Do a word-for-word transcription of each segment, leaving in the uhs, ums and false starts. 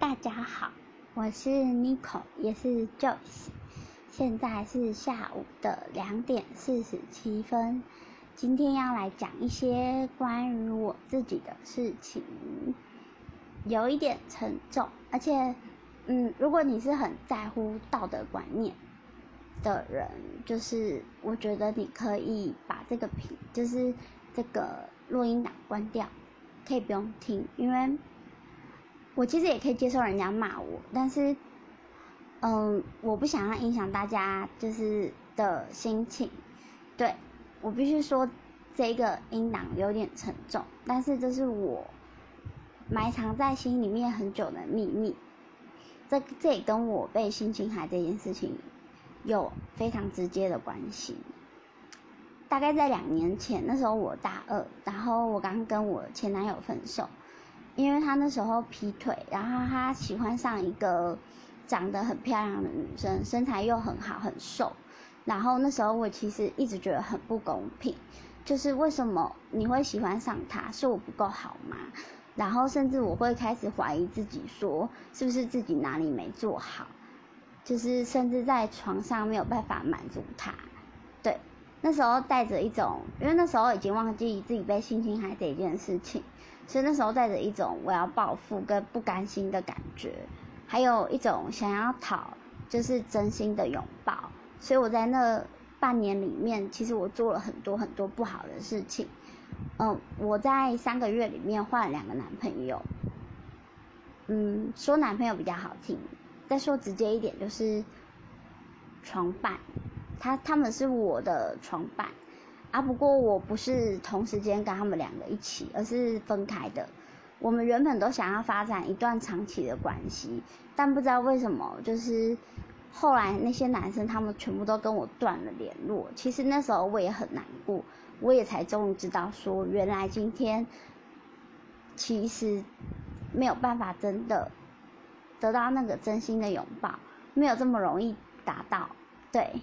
大家好，我是 Nico， 也是 Joyce。现在是下午的两点四十七分。今天要来讲一些关于我自己的事情，有一点沉重，而且，嗯，如果你是很在乎道德观念的人，就是我觉得你可以把这个频，就是这个录音档关掉，可以不用听，因为我其实也可以接受人家骂我，但是，嗯，我不想要影响大家就是的心情。对，我必须说这个音档有点沉重，但是这是我埋藏在心里面很久的秘密。这这也跟我被性侵害这件事情有非常直接的关系。大概在两年前，那时候我大二，然后我刚跟我前男友分手。因为他那时候劈腿，然后他喜欢上一个长得很漂亮的女生，身材又很好，很瘦。然后那时候我其实一直觉得很不公平，就是为什么你会喜欢上他？是我不够好吗？然后甚至我会开始怀疑自己，说是不是自己哪里没做好，就是甚至在床上没有办法满足他。对，那时候带着一种，因为那时候已经忘记自己被性侵害这一件事情。所以那时候带着一种我要报复跟不甘心的感觉，还有一种想要讨就是真心的拥抱。所以我在那半年里面，其实我做了很多很多不好的事情。嗯，我在三个月里面换了两个男朋友。嗯，说男朋友比较好听，再说直接一点就是床伴。他他们是我的床伴。啊，不过我不是同时间跟他们两个一起，而是分开的。我们原本都想要发展一段长期的关系，但不知道为什么，就是后来那些男生他们全部都跟我断了联络。其实那时候我也很难过，我也才终于知道说，原来今天其实没有办法真的得到那个真心的拥抱，没有这么容易达到。对。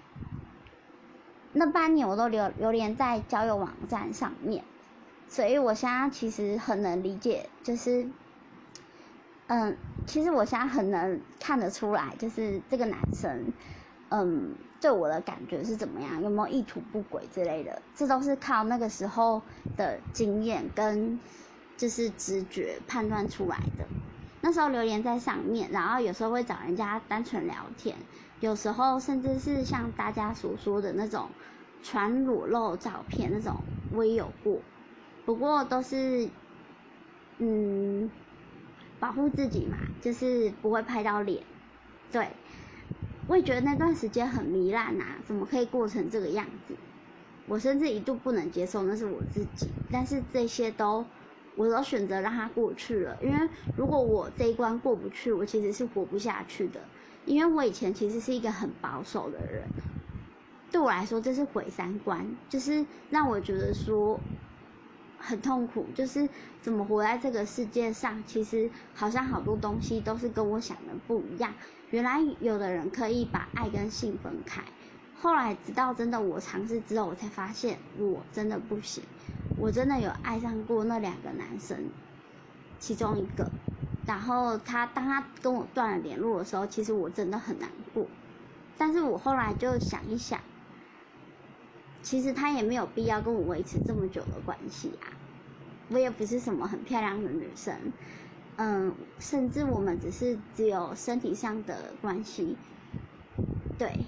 那半年我都流流连在交友网站上面，所以我现在其实很能理解，就是，嗯，其实我现在很能看得出来，就是这个男生，嗯，对我的感觉是怎么样，有没有意图不轨之类的，这都是靠那个时候的经验跟就是直觉判断出来的。那时候留言在上面，然后有时候会找人家单纯聊天，有时候甚至是像大家所说的那种传裸露照片那种，我也有过，不过都是嗯保护自己嘛，就是不会拍到脸。对，我也觉得那段时间很糜烂啊，怎么可以过成这个样子？我甚至一度不能接受那是我自己，但是这些都我都选择让它过去了，因为如果我这一关过不去，我其实是活不下去的。因为我以前其实是一个很保守的人，对我来说这是毁三观，就是让我觉得说很痛苦，就是怎么活在这个世界上，其实好像好多东西都是跟我想的不一样。原来有的人可以把爱跟性分开，后来直到真的我尝试之后，我才发现我真的不行。我真的有爱上过那两个男生，其中一个，然后他当他跟我断了联络的时候，其实我真的很难过。但是我后来就想一想，其实他也没有必要跟我维持这么久的关系啊。我也不是什么很漂亮的女生，嗯，甚至我们只是只有身体上的关系，对。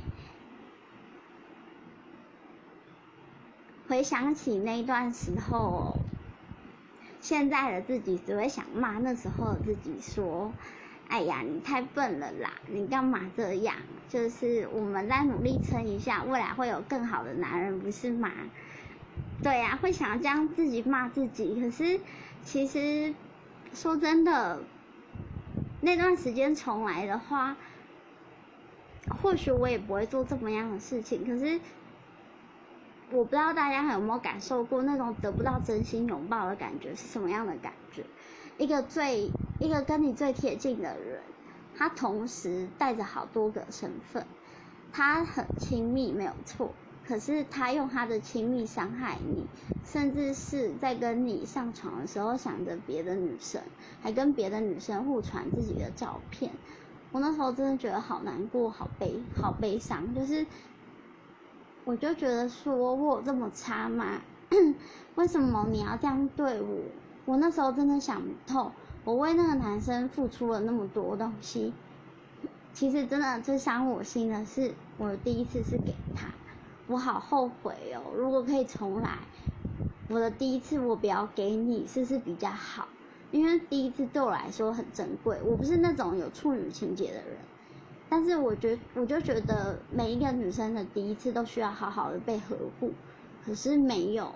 回想起那段时候，现在的自己只会想骂那时候的自己说，哎呀，你太笨了啦，你干嘛这样？就是我们再努力撑一下，未来会有更好的男人，不是吗？对呀、啊，会想要这样自己骂自己。可是其实说真的，那段时间重来的话，或许我也不会做这么样的事情。可是我不知道大家有没有感受过那种得不到真心拥抱的感觉是什么样的感觉？一个最一个跟你最贴近的人，他同时带着好多个身份，他很亲密没有错， 可是他用他的亲密伤害你，甚至是在跟你上床的时候想着别的女生，还跟别的女生互传自己的照片。我那时候真的觉得好难过，好悲，好悲伤。就是我就觉得说，我有这么差吗？为什么你要这样对我？我那时候真的想不透。我为那个男生付出了那么多东西，其实真的最伤我心的是，我的第一次是给他，我好后悔哦。如果可以重来，我的第一次我不要给你，是不是比较好？因为第一次对我来说很珍贵，我不是那种有处女情节的人，但是我觉我就觉得每一个女生的第一次都需要好好的被呵护，可是没有，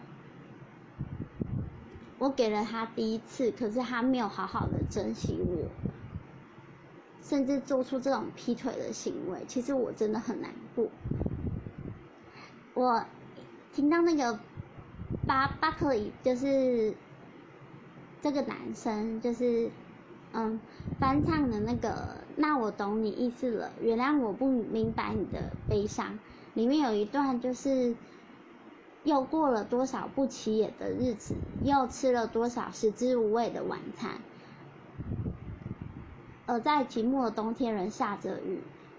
我给了他第一次，可是他没有好好的珍惜我，甚至做出这种劈腿的行为，其实我真的很难过。我听到那个巴巴克里就是这个男生就是嗯翻唱的那个那我懂你意思了，原谅我不明白你的悲伤，里面有一段就是又过了多少不起眼的日子，又吃了多少食之无味的晚餐，而在寂寞的冬天仍下着雨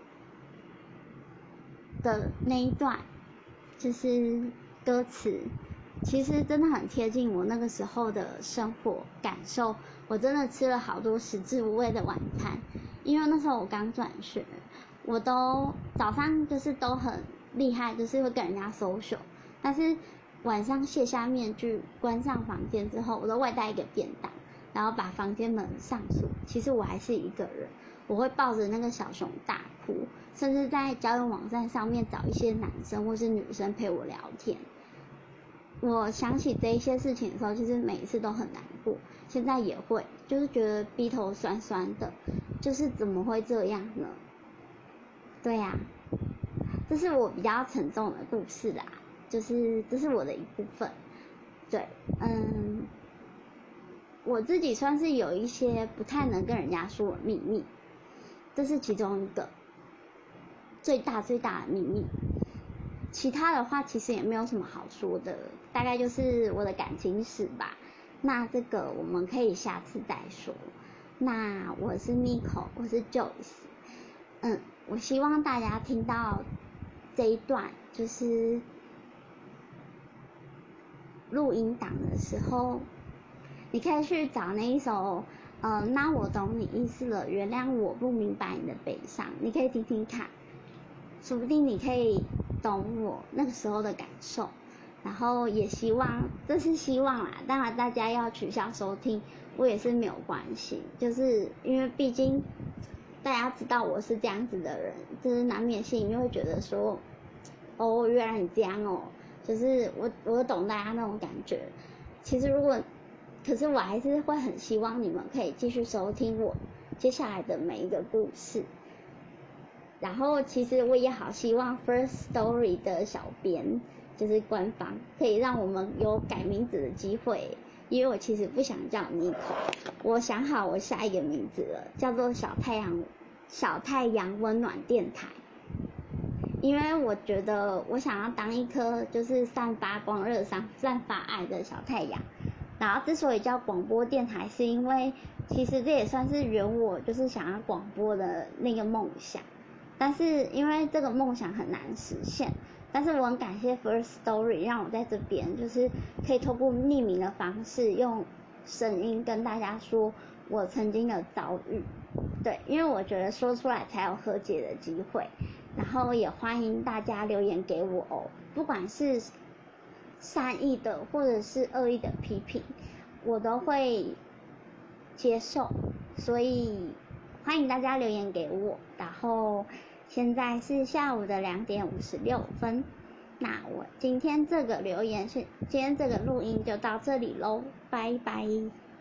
的那一段就是歌词，其实真的很贴近我那个时候的生活感受。我真的吃了好多食之无味的晚餐，因为那时候我刚转学，我都早上就是都很厉害，就是会跟人家 social， 但是晚上卸下面具关上房间之后，我都外带一个便当，然后把房间门上锁。其实我还是一个人，我会抱着那个小熊大哭，甚至在交友网站上面找一些男生或是女生陪我聊天。我想起这一些事情的时候，其实每一次都很难过，现在也会，就是觉得鼻头酸酸的，就是怎么会这样呢？对呀、啊，这是我比较沉重的故事啦，就是这是我的一部分。对，嗯，我自己算是有一些不太能跟人家说的秘密，这是其中一个最大最大的秘密。其他的话其实也没有什么好说的，大概就是我的感情史吧。那这个我们可以下次再说。那我是 Miko， 我是 Joyce。嗯，我希望大家听到这一段就是录音档的时候，你可以去找那一首呃，那我懂你意思了，原谅我不明白你的悲伤，你可以听听看，说不定你可以懂我那个时候的感受。然后也希望，这是希望啦，当然大家要取消收听我也是没有关系，就是因为毕竟大家知道我是这样子的人，就是难免心里面会觉得说，哦，原来你这样哦，就是我我懂大家那种感觉。其实如果可是我还是会很希望你们可以继续收听我接下来的每一个故事。然后其实我也好希望 First Story 的小编就是官方可以让我们有改名字的机会，因为我其实不想叫 Miko， 我想好我下一个名字了，叫做小太阳小太阳温暖电台。因为我觉得我想要当一颗就是散发光热、散散发爱的小太阳。然后之所以叫广播电台，是因为其实这也算是圆我就是想要广播的那个梦想。但是因为这个梦想很难实现，但是我很感谢 First Story 让我在这边就是可以透过匿名的方式用声音跟大家说我曾经的遭遇。对，因为我觉得说出来才有和解的机会。然后也欢迎大家留言给我哦，不管是善意的或者是恶意的批评，我都会接受，所以欢迎大家留言给我。然后现在是下午的两点五十六分，那我今天这个留言是今天这个录音就到这里咯，拜拜。